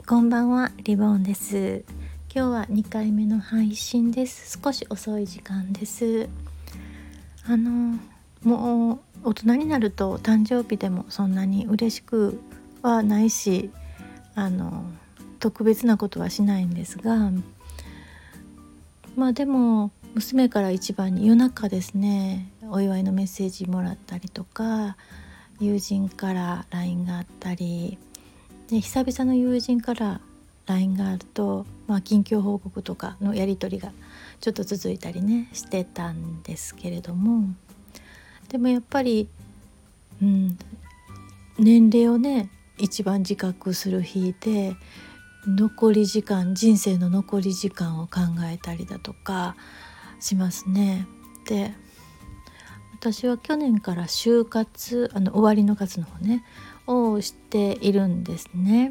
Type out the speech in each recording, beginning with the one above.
こんばんは、リボンです。今日は2回目の配信です。少し遅い時間です。もう大人になると誕生日でもそんなに嬉しくはないし、特別なことはしないんですが、でも娘から一番に夜中ですね、お祝いのメッセージもらったりとか、友人から LINE があったりで、久々の友人から LINE があると、近況報告とかのやり取りがちょっと続いたりねしてたんですけれども、でもやっぱり、年齢をね一番自覚する日で、人生の残り時間を考えたりだとかしますね。で、私は去年から就活、終わりの活の方ねをしているんですね。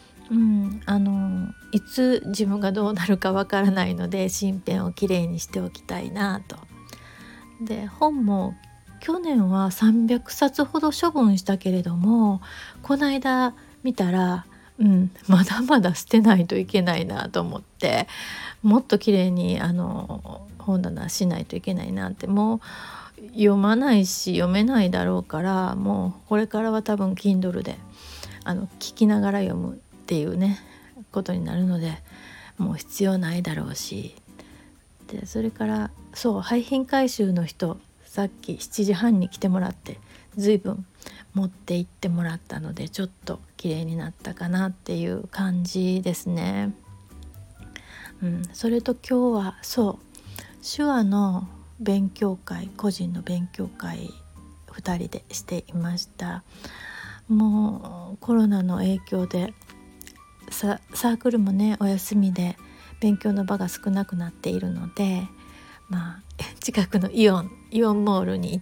いつ自分がどうなるかわからないので、身辺をきれいにしておきたいなと。で、本も去年は300冊ほど処分したけれども、この間見たら、まだまだ捨てないといけないなと思って、もっときれいに本棚しないといけないなって。もう読まないし読めないだろうから、もうこれからは多分 Kindle で聞きながら読むっていうねことになるので、もう必要ないだろうし、でそれから廃品回収の人、さっき7時半に来てもらって随分持って行ってもらったので、ちょっと綺麗になったかなっていう感じですね。それと今日は手話の勉強会、個人の勉強会2人でしていました。もうコロナの影響でサークルもねお休みで勉強の場が少なくなっているので、近くのイオンモールに行って、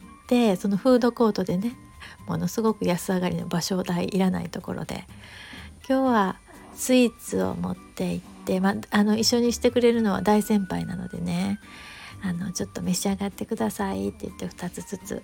そのフードコートでね、ものすごく安上がりの場所代いらないところで、今日はスイーツを持って行って、一緒にしてくれるのは大先輩なのでね、ちょっと召し上がってくださいって言って2つずつ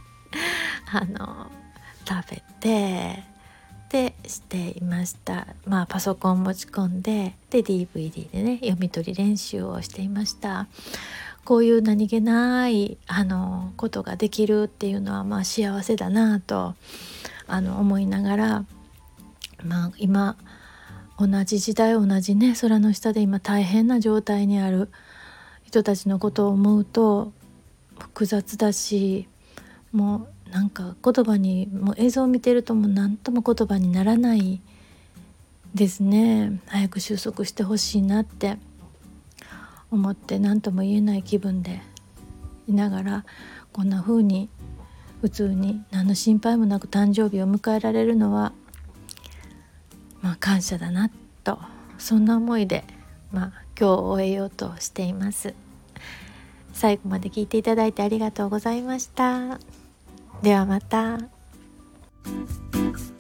食べてでしていました。パソコン持ち込んで、DVD でね読み取り練習をしていました。こういう何気ないことができるっていうのは幸せだなと思いながら、今同じ時代、同じね空の下で今大変な状態にある人たちのことを思うと複雑だし、もうなんか言葉に、もう映像を見てるともう何とも言葉にならないですね。早く収束してほしいなって思って、何とも言えない気分でいながら、こんな風に普通に何の心配もなく誕生日を迎えられるのは感謝だなと、そんな思いで今日を終えようとしています。最後まで聞いていただいてありがとうございました。ではまた。